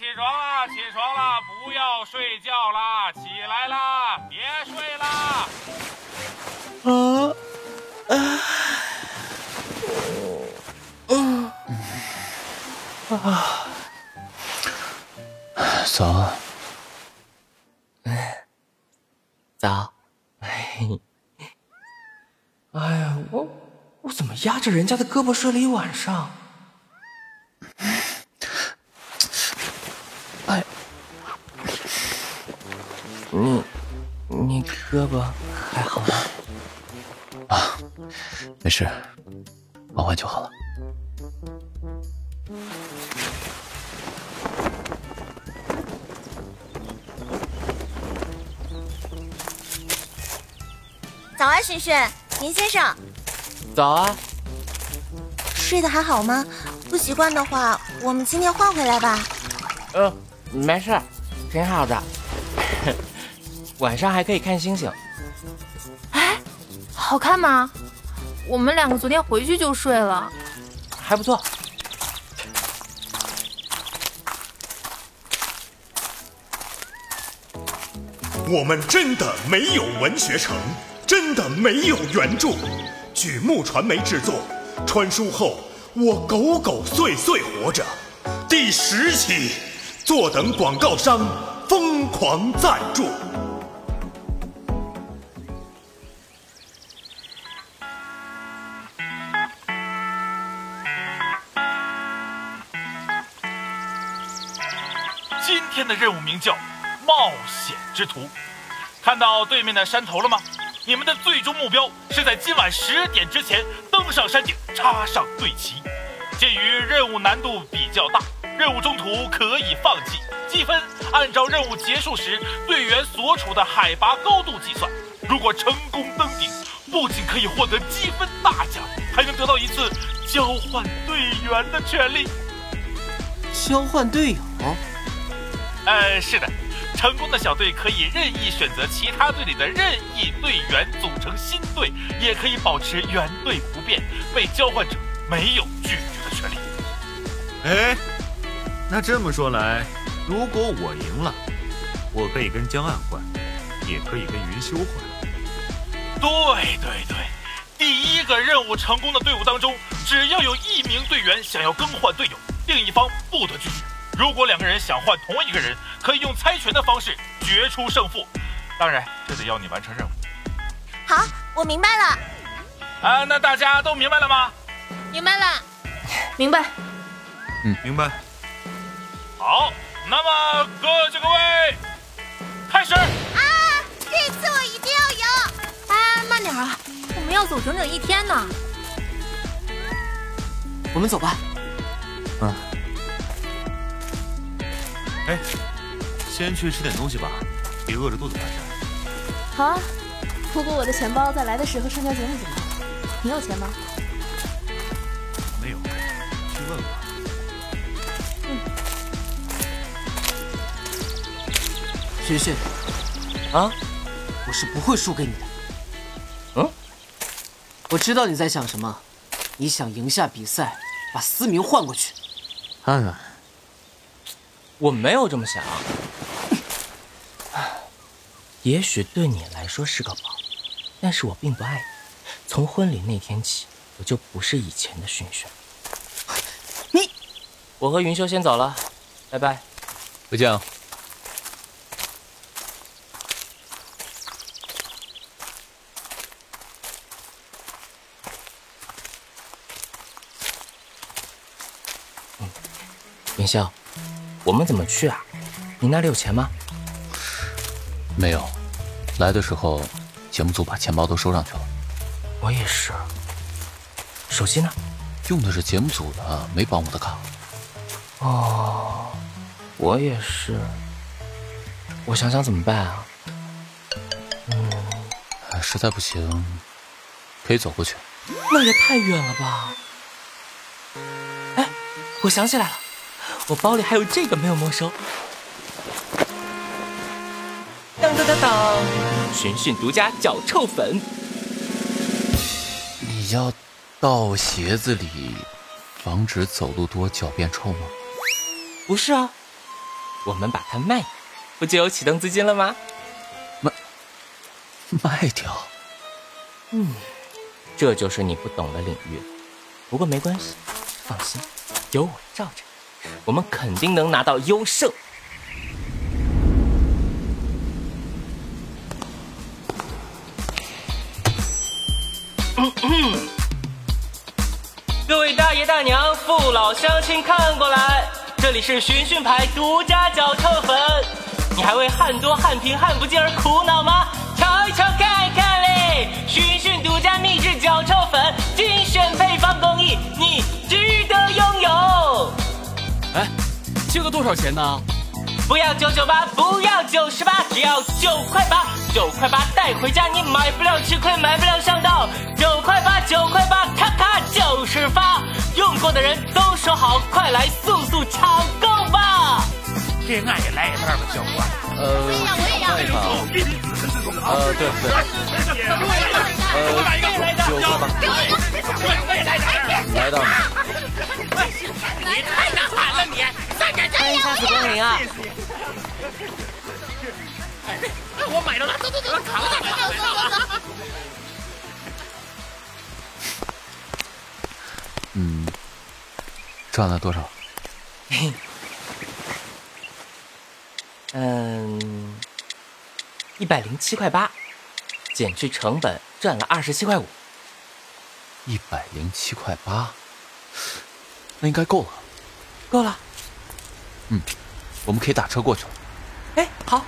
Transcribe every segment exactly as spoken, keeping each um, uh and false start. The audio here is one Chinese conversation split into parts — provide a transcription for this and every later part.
床啦，起床啦，不要睡觉啦，起来啦，别睡啦。 啊啊嗯啊！ 早。 早。哎呀，我我怎么压着人家的胳膊睡了一晚上？哎，你你胳膊还好吗？ 啊，没事，玩玩就好了。 早啊，璇璇，林先生。 早啊。 睡得还好吗？不习惯的话，我们今天换回来吧。 呃，没事，挺好的。晚上还可以看星星。 哎，好看吗？我们两个昨天回去就睡了。 还不错。 我们真的没有文学城，真的没有原著。举目传媒制作，传书后我狗狗碎碎活着。第十期，坐等广告商疯狂赞助。 今天的任务名叫冒险之途，看到对面的山头了吗？你们的最终目标是在今晚十点之前登上山顶，插上队旗。鉴于任务难度比较大，任务中途可以放弃，积分按照任务结束时队员所处的海拔高度计算。如果成功登顶，不仅可以获得积分大奖，还能得到一次交换队员的权利。 交换队友？ 呃，是的，成功的小队可以任意选择其他队里的任意队员组成新队，也可以保持原队不变，被交换者没有拒绝的权利。 哎，那这么说来，如果我赢了，我可以跟江岸换，也可以跟云修换。 对对对，第一个任务成功的队伍当中，只要有一名队员想要更换队友，另一方不得拒绝。如果两个人想换同一个人，可以用猜拳的方式决出胜负，当然这得要你完成任务。 好，我明白了。 啊，那大家都明白了吗？ 明白了。明白。 嗯，明白。 好，那么各就各位，开始。 啊，这次我一定要赢！ 哎，慢点啊，我们要走整整一天呢。 我们走吧。 嗯。 哎，先去吃点东西吧，别饿着肚子翻山。 好啊，不过我的钱包在来的时候上交节目组了，你有钱吗？ 没有，去问问。 嗯。 学学，啊，我是不会输给你的。嗯，我知道你在想什么，你想赢下比赛，把思明换过去。 看看。 我没有这么想，也许对你来说是个宝，但是我并不爱你。从婚礼那天起，我就不是以前的训训。你，我和云修先走了，拜拜， 再见啊。 嗯，云修。我们怎么去啊？你那里有钱吗？ 没有，来的时候节目组把钱包都收上去了。 我也是。手机呢？ 用的是节目组的，没绑我的卡。 哦，我也是。我想想怎么办啊？嗯， 实在不行，可以走过去。 那也太远了吧？哎，我想起来了。我包里还有这个没有没收。当当当当，寻寻独家脚臭粉。 你要倒鞋子里，防止走路多脚变臭吗？ 不是啊， 我们把它卖，不就有启动资金了吗？ 卖卖掉？ 嗯，这就是你不懂的领域。不过没关系，放心，有我罩着，我们肯定能拿到优胜。嗯嗯，各位大爷大娘、父老乡亲看过来，这里是寻寻牌独家脚臭粉，你还为汗多汗贫汗不尽而苦恼吗？瞧一瞧看一看嘞，寻寻独家秘制脚臭粉，精选配方工艺，你值得拥有。 哎，这个多少钱呢？ 不要九九八，不要九十八，只要九块八，九块八带回家，你买不了吃亏，买不了上当。九块八，九块八，咔咔就是发，用过的人都说好，快来速速抢购吧！ 给俺也来一袋吧，小伙。 呃，我也要，我也要。看一看啊。呃，对对。呃，九块八。来到你。 你太难喊了你！ 欢迎下次光临啊！ 我买到了，走走走，扛着扛着。 嗯，赚了多少？ 嗯，一百零七块八，减去成本赚了二十七块五。 一百零七块八，那应该够了。 够了。 嗯，我们可以打车过去了。 哎，好。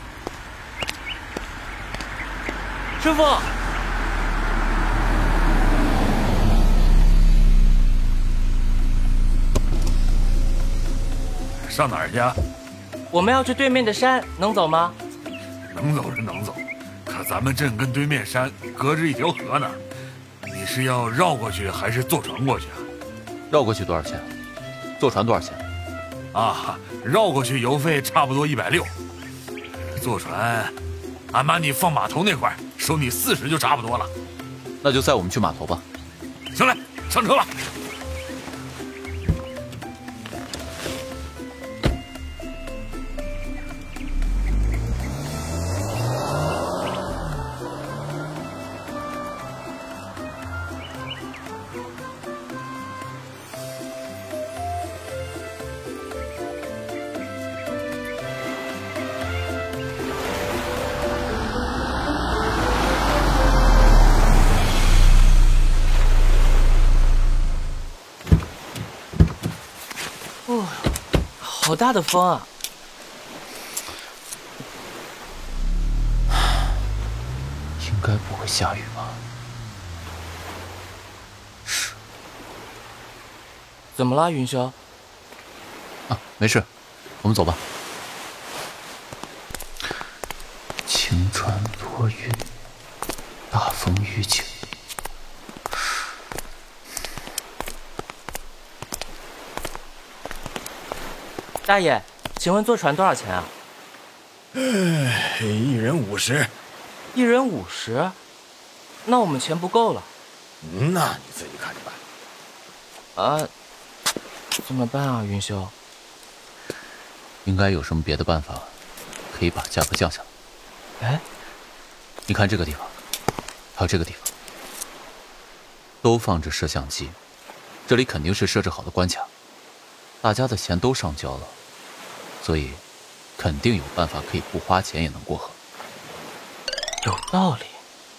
师傅。 上哪儿去啊？ 我们要去对面的山，能走吗？ 能走是能走，可咱们镇跟对面山隔着一条河呢。你是要绕过去还是坐船过去啊？ 绕过去多少钱？坐船多少钱？ 啊，绕过去油费差不多一百六，坐船，俺把你放码头那块收你四十就差不多了。 那就载我们去码头吧。 行嘞，上车吧。 哦，好大的风啊！ 应该不会下雨吧？是。 怎么了，云霄？ 啊，没事，我们走吧。晴川多云，大风雨景。 大爷，请问坐船多少钱啊？ 哎，一人五十。 一人五十？那我们钱不够了。 嗯，那你自己看着办。 啊，怎么办啊，云霄？ 应该有什么别的办法，可以把价格降下来。 哎， 你看这个地方，还有这个地方，都放着摄像机，这里肯定是设置好的关卡，大家的钱都上交了。所以，肯定有办法可以不花钱也能过河。 有道理。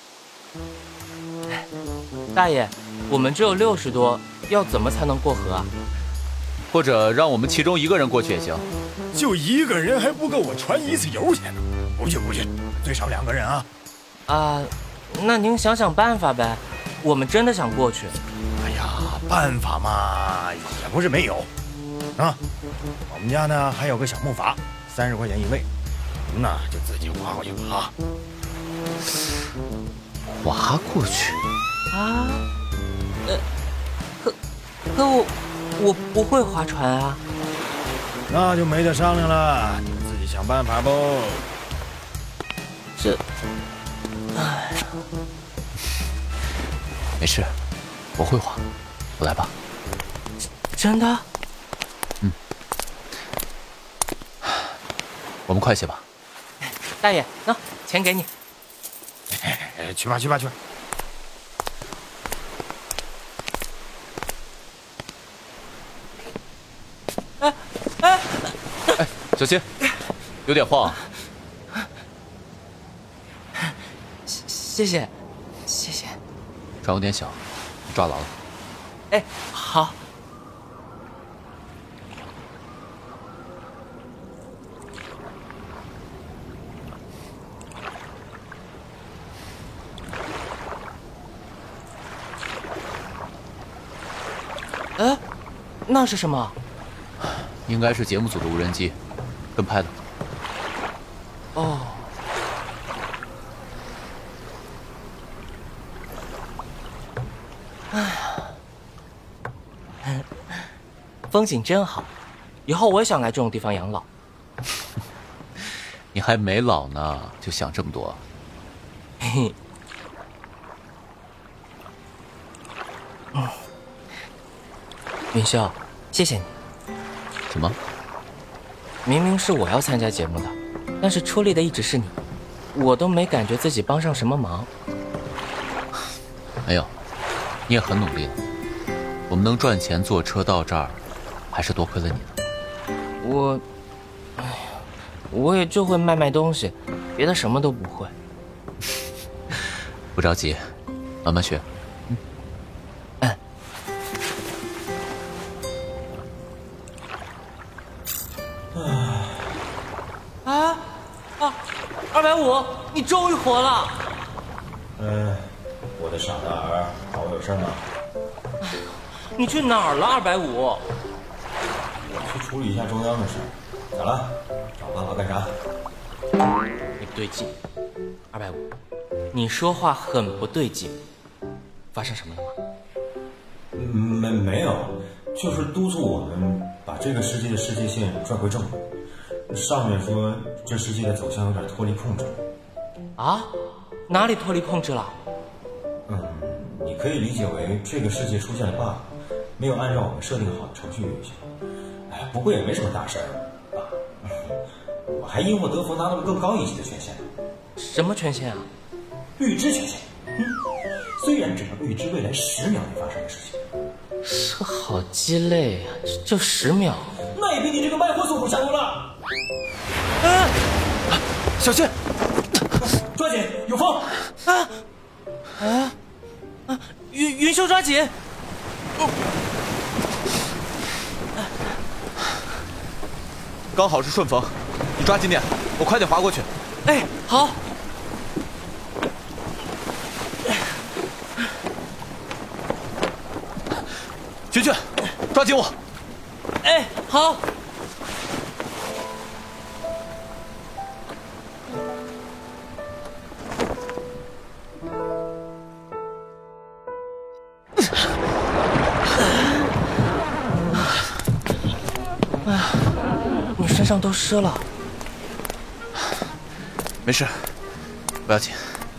大爷，我们只有六十多，要怎么才能过河啊？ 或者让我们其中一个人过去也行。 就一个人还不够我船一次油钱呢。不去不去，最少两个人啊。 啊，那您想想办法呗。我们真的想过去。 哎呀，办法嘛也不是没有。啊，我们家呢还有个小木筏，三十块钱一位，您呢就自己划过去吧啊。 划过去？ 啊？呃，可可我我不会划船啊。 那就没得商量了，你们自己想办法不？ 这，哎， 没事，我会划，我来吧。 真的？ 嗯。 我们快些吧。 大爷，喏，钱给你。 哎，去吧去吧去吧。 哎哎哎，小心，有点晃。 谢谢，谢谢。 船有点小，你抓牢了。 哎，好。哎，那是什么？ 应该是节目组的无人机，跟拍的。 哦。哎呀，风景真好，以后我也想来这种地方养老。 你还没老呢，就想这么多。 嘿嘿。嗯。云霄，谢谢你。 什么？ 明明是我要参加节目的，但是出力的一直是你，我都没感觉自己帮上什么忙。 没有，你也很努力了。我们能赚钱坐车到这儿，还是多亏了你的。 我，哎呀，我也就会卖卖东西，别的什么都不会。 不着急，慢慢学。 嗯。嗯。啊啊！二百五，你终于活了！ 嗯，我的傻大儿，找我有事吗？ 你去哪儿了，二百五？ 我去处理一下中央的事。咋了？找爸爸干啥？ 你不对劲，二百五，你说话很不对劲。发生什么了吗？ 嗯，没没有，就是督促我们把这个世界的世界线拽回正轨。上面说这世界的走向有点脱离控制。 啊？哪里脱离控制了？ 嗯，你可以理解为这个世界出现了 bug， 没有按照我们设定好的程序运行。哎，不过也没什么大事儿啊。我还因祸得福拿到了更高一级的权限。 什么权限啊？ 预知权限。嗯，虽然只能预知未来十秒内发生的事情。 这好鸡肋啊！就十秒。 那也比你这个卖货速度强多了。 啊！小心！ 抓紧，有风！ 啊！啊！啊！云云秀，抓紧！嗯、 刚好是顺风，你抓紧点，我快点划过去。 哎，好。 群群，抓紧我！ 哎，好。你身上都湿了。 没事，不要紧。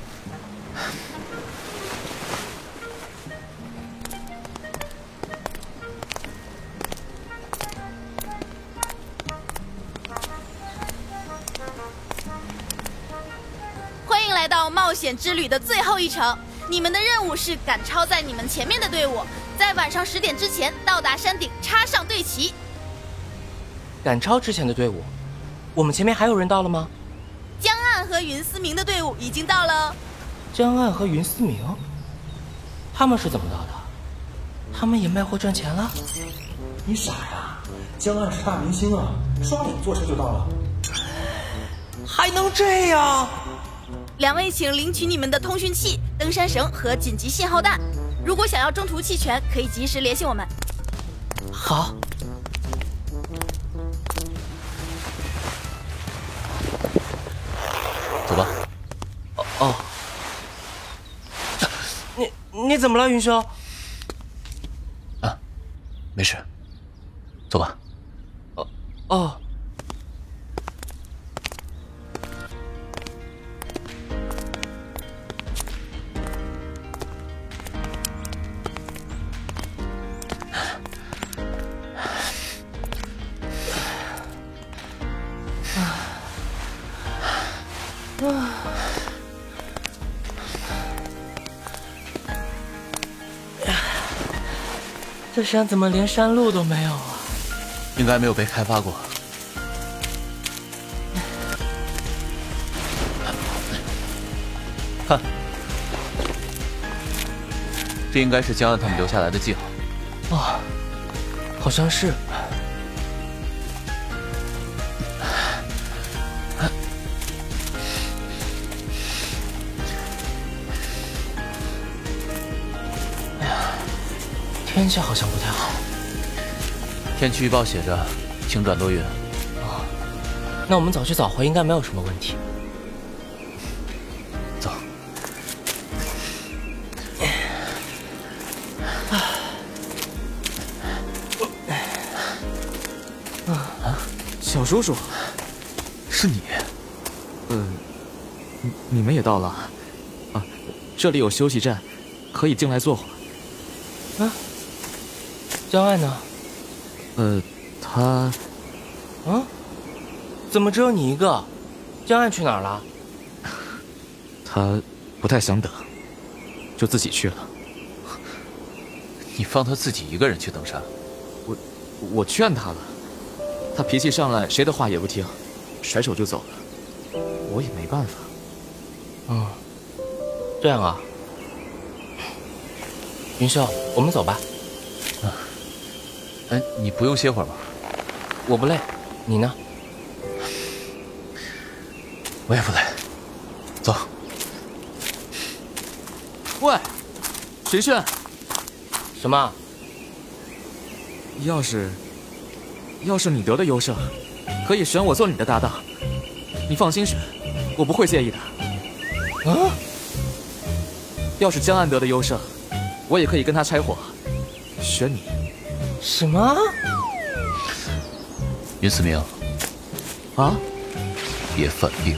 欢迎来到冒险之旅的最后一程，你们的任务是赶超在你们前面的队伍，在晚上十点之前到达山顶，插上队旗。 赶超之前的队伍，我们前面还有人到了吗？ 江岸和云思明的队伍已经到了。 江岸和云思明，他们是怎么到的？他们也卖货赚钱了？ 你傻呀！江岸是大明星啊，刷脸坐车就到了。 还能这样？ 两位请领取你们的通讯器、登山绳和紧急信号弹。如果想要中途弃权，可以及时联系我们。 好。 走吧。 哦哦。你你怎么了，云霄？ 啊，没事。走吧。 哦哦。 这山怎么连山路都没有啊？ 应该没有被开发过。看，这应该是江岸他们留下来的记号。 哦，好像是。哎呀，天气好像不太好。 天气预报写着晴转多云。 哦，那我们早去早回应该没有什么问题。 走。 啊，小叔叔， 是你？ 呃，你你们也到了啊？这里有休息站，可以进来坐会儿。 啊，江岸呢？ 呃，他， 嗯，怎么只有你一个？江岸去哪儿了？ 他不太想等，就自己去了。 你放他自己一个人去登山？ 我我劝他了，他脾气上来，谁的话也不听，甩手就走了。我也没办法。 嗯，这样啊。云秀，我们走吧。 啊，哎，你不用歇会儿吗？ 我不累，你呢？ 我也不累。走。 喂，璇璇。 什么？ 要是，要是你得的优胜，可以选我做你的搭档。你放心选，我不会介意的。 啊？ 要是江岸得的优胜，我也可以跟他拆伙，选你。 什么？ 云思明。 啊？ 别犯病。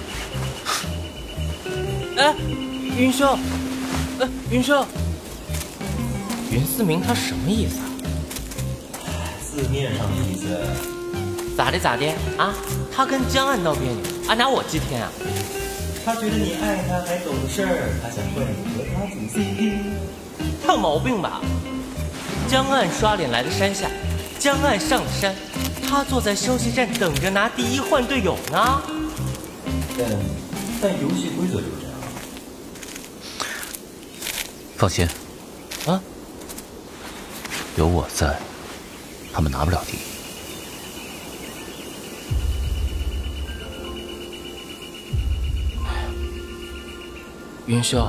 哎，云秀，哎，云秀。云思明他什么意思啊？ 字面上的意思。 咋的咋的啊？他跟江岸闹别扭，啊拿我祭天啊？ 他觉得你爱他还懂事儿，他想怪你和他组 C P。 他有毛病吧？江岸刷脸来的山下，江岸上了山，他坐在休息站等着拿第一换队友呢。 但但游戏规则就是这样。 放心。 啊？ 有我在，他们拿不了第一。 云秀，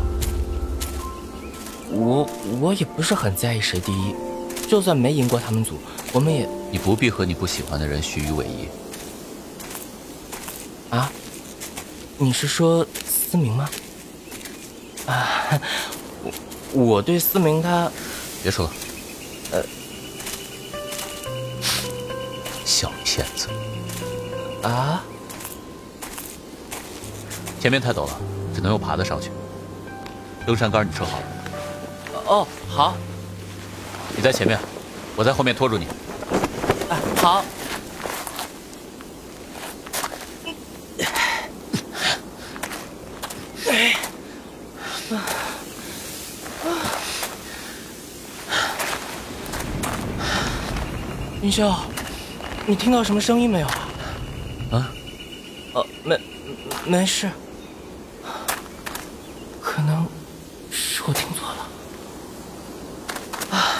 我我也不是很在意谁第一，就算没赢过他们组，我们也…… 你不必和你不喜欢的人虚与委蛇。 啊？你是说思明吗？啊，我我对思明他…… 别说了。 呃， 小骗子！ 啊！ 前面太陡了，只能用爬的上去。登山杆你车好了？ 哦，好。 你在前面，我在后面拖住你。 啊，好。云秀，你听到什么声音没有啊？ 啊？ 哦，没，没事。可能是我听错了。啊！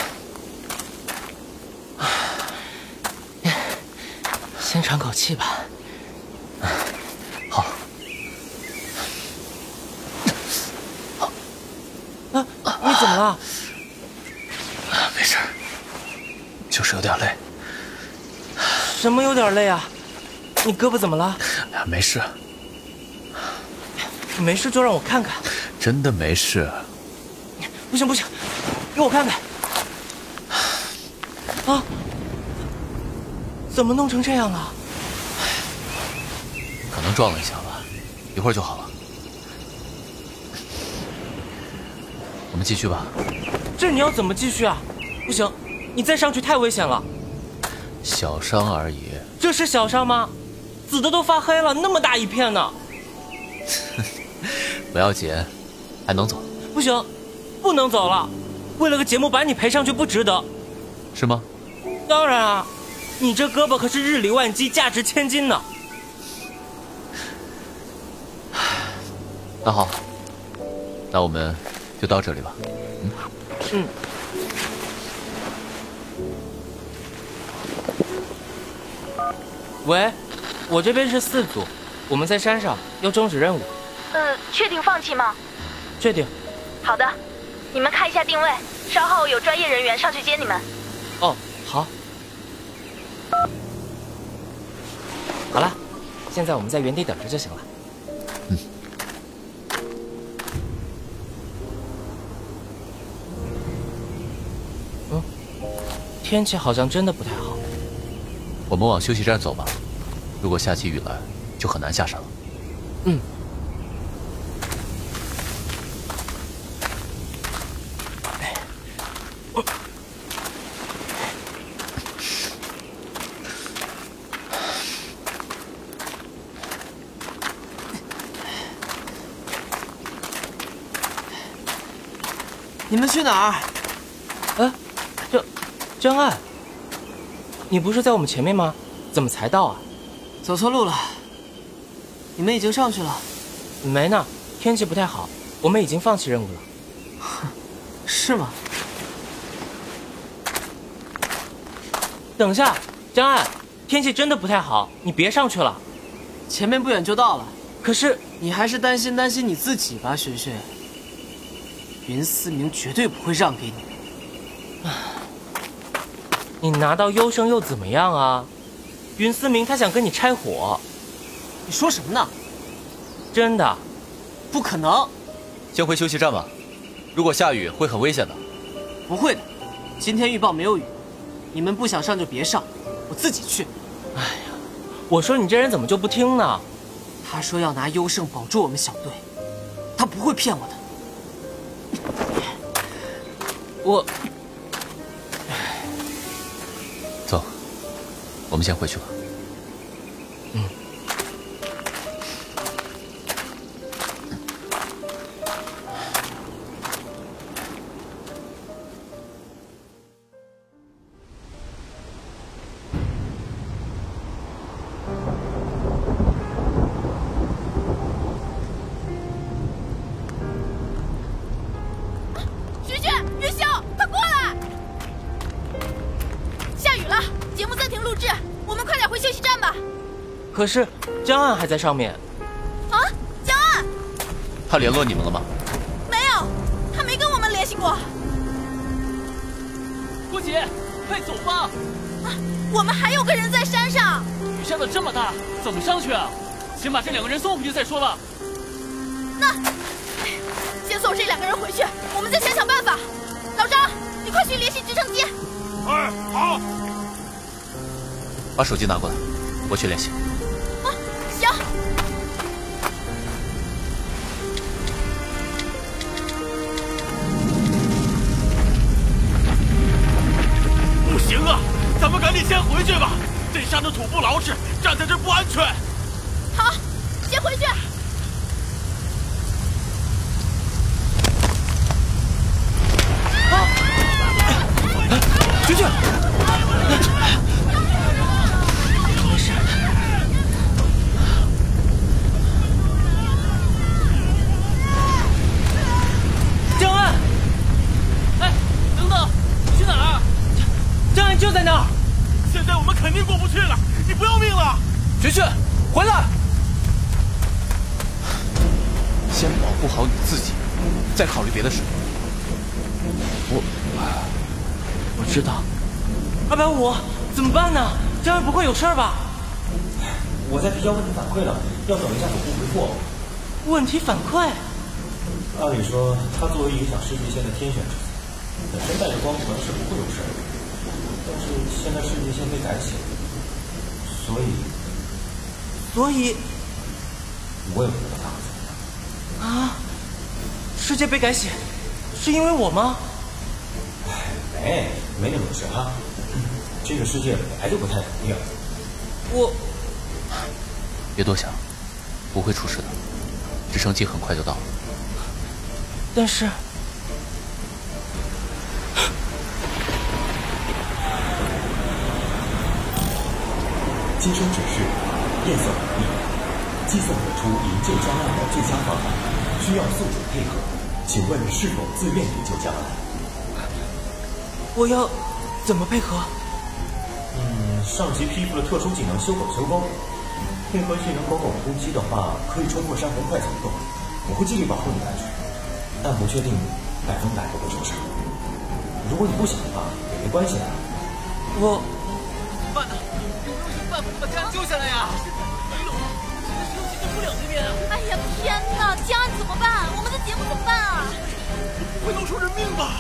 先喘口气吧。 好。 好。啊！你怎么了？ 没事，就是有点累。 什么有点累啊？你胳膊怎么了？ 没事。 没事就让我看看。 真的没事。 不行不行，给我看看。啊！怎么弄成这样了？ 可能撞了一下吧，一会儿就好了。我们继续吧。 这你要怎么继续啊？不行，你再上去太危险了。 小伤而已。 这是小伤吗？紫的都发黑了，那么大一片呢。 不要紧，还能走。 不行，不能走了。为了个节目把你陪上去不值得。 是吗？ 当然啊，你这胳膊可是日理万机，价值千金呢。 那好，那我们就到这里吧。嗯。 嗯。喂，我这边是四组，我们在山上要终止任务。 呃，确定放弃吗？ 确定。 好的，你们看一下定位，稍后有专业人员上去接你们。 哦，好。好了，现在我们在原地等着就行了。 嗯。 嗯，天气好像真的不太好。 我们往休息站走吧，如果下起雨来，就很难下山了。 嗯。 你们去哪儿？ 哎，江江岸，你不是在我们前面吗？怎么才到啊？ 走错路了。你们已经上去了？ 没呢，天气不太好，我们已经放弃任务了。 是吗？ 等下，江岸，天气真的不太好，你别上去了。 前面不远就到了。 可是你还是担心担心你自己吧，璇璇。云思明绝对不会让给你。 你拿到优胜又怎么样啊？云思明他想跟你拆伙。 你说什么呢？ 真的？ 不可能。 先回休息站吧，如果下雨会很危险的。 不会的，今天预报没有雨。你们不想上就别上，我自己去。 哎呀，我说你这人怎么就不听呢？ 他说要拿优胜保住我们小队，他不会骗我的。 我， 走，我们先回去吧。 嗯。可是江岸还在上面。 啊，江岸， 他联络你们了吗？ 没有，他没跟我们联系过。 郭姐，快走吧！ 啊，我们还有个人在山上。 雨下的这么大，怎么上去啊？先把这两个人送回去再说吧。 那，先送这两个人回去，我们再想想办法。老张，你快去联系直升机。 哎，好。 把手机拿过来，我去联系。 行。 不行啊，咱们赶紧先回去吧。这山的土不牢实，站在这不安全。 好，先回去。 啊！回去。没事。江岸， 哎，等等，你去哪儿？ 江岸就在那儿。 现在我们肯定过不去了，你不要命了？ 璇璇，回来！先保护好你自己，再考虑别的事。 我，我知道。二百五，怎么办呢？江岸不会有事吧？ 我在提交问题反馈了，要等一下总部回复。 问题反馈？ 按理说，他作为影响世界线的天选之子，本身带着光环是不会有事的。但是现在世界线被改写，所以， 所以， 我也不知道他会怎么样。 啊！世界被改写，是因为我吗？ 没，没那种事啊。这个世界本来就不太稳定。 我， 别多想，不会出事的。直升机很快就到了。 但是， 接收指示，验算完毕，计算得出营救江岸的最佳方案，需要宿主配合。请问是否自愿营救江岸？ 我要怎么配合？ 嗯，上级批复了特殊技能修狗修钩，配合技能狗狗突击的话，可以冲破山洪快走动。我会尽力保护你的安全，但不确定百分百不会受伤。如果你不想的话，也没关系的。 我办呢？有没有什么办法把江岸救下来呀？没有啊，现在谁都解决不了那边啊！ 哎呀，天哪！江岸怎么办？我们的节目怎么办啊？ 不会弄出人命吧？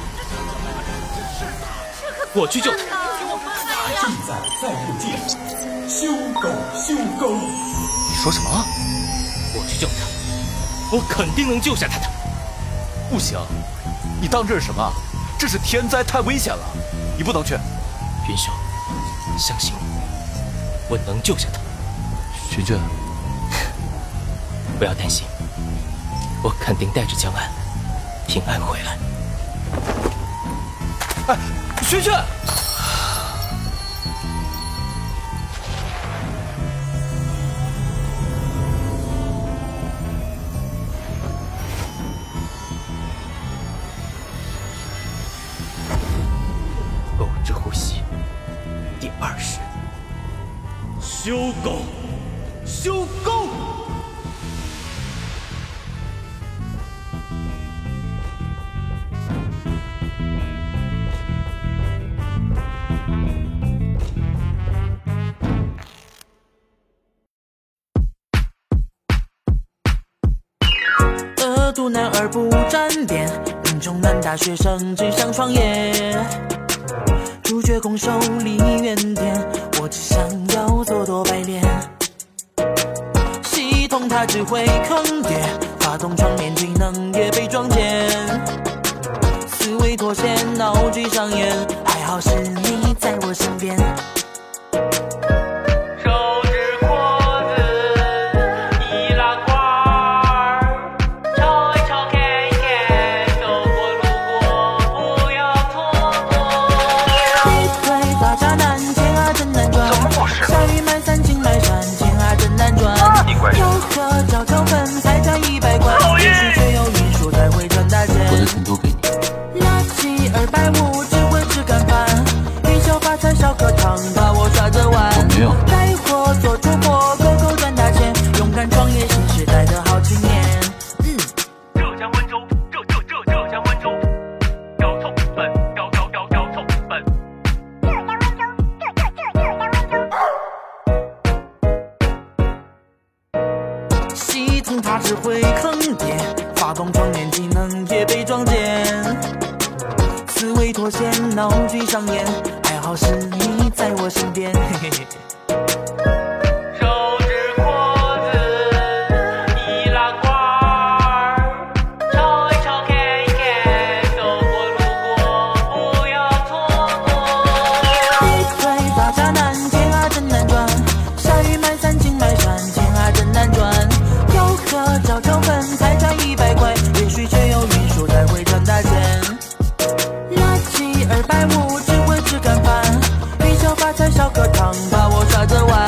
我去救他。 正在再入界，修狗修钩。 你说什么？我去救他，我肯定能救下他的。 不行，你当这是什么？这是天灾，太危险了，你不能去。 云兄，相信我，我能救下他。 群群， 不要担心，我肯定带着江岸平安回来。 哎，群群！ 狗之呼吸，第二式。 修狗，修钩。 恶毒男儿不沾边，贫穷男大学生只想创业。主角拱手立原点，我只想要做多白脸。系统它只会坑爹，发动窗帘技能也被撞见。思维脱线，闹剧上演，还好是你在我身边。 我的钱都给你。 垃圾二百五，只会吃干饭。云霄发财小课堂，把我耍着玩。 我没有。 带货做主播，狗狗赚大钱，勇敢创业，新时代的好青年。嗯。 浙江温州，浙浙浙浙江温州，要臭粉，要要要要臭粉。浙江温州，浙浙浙浙江温州。 系统它只会坑爹，发动窗帘技能也被撞见。思维脱线，闹剧上演，还好是你在我身边。嘿嘿嘿。小课堂把我耍着玩。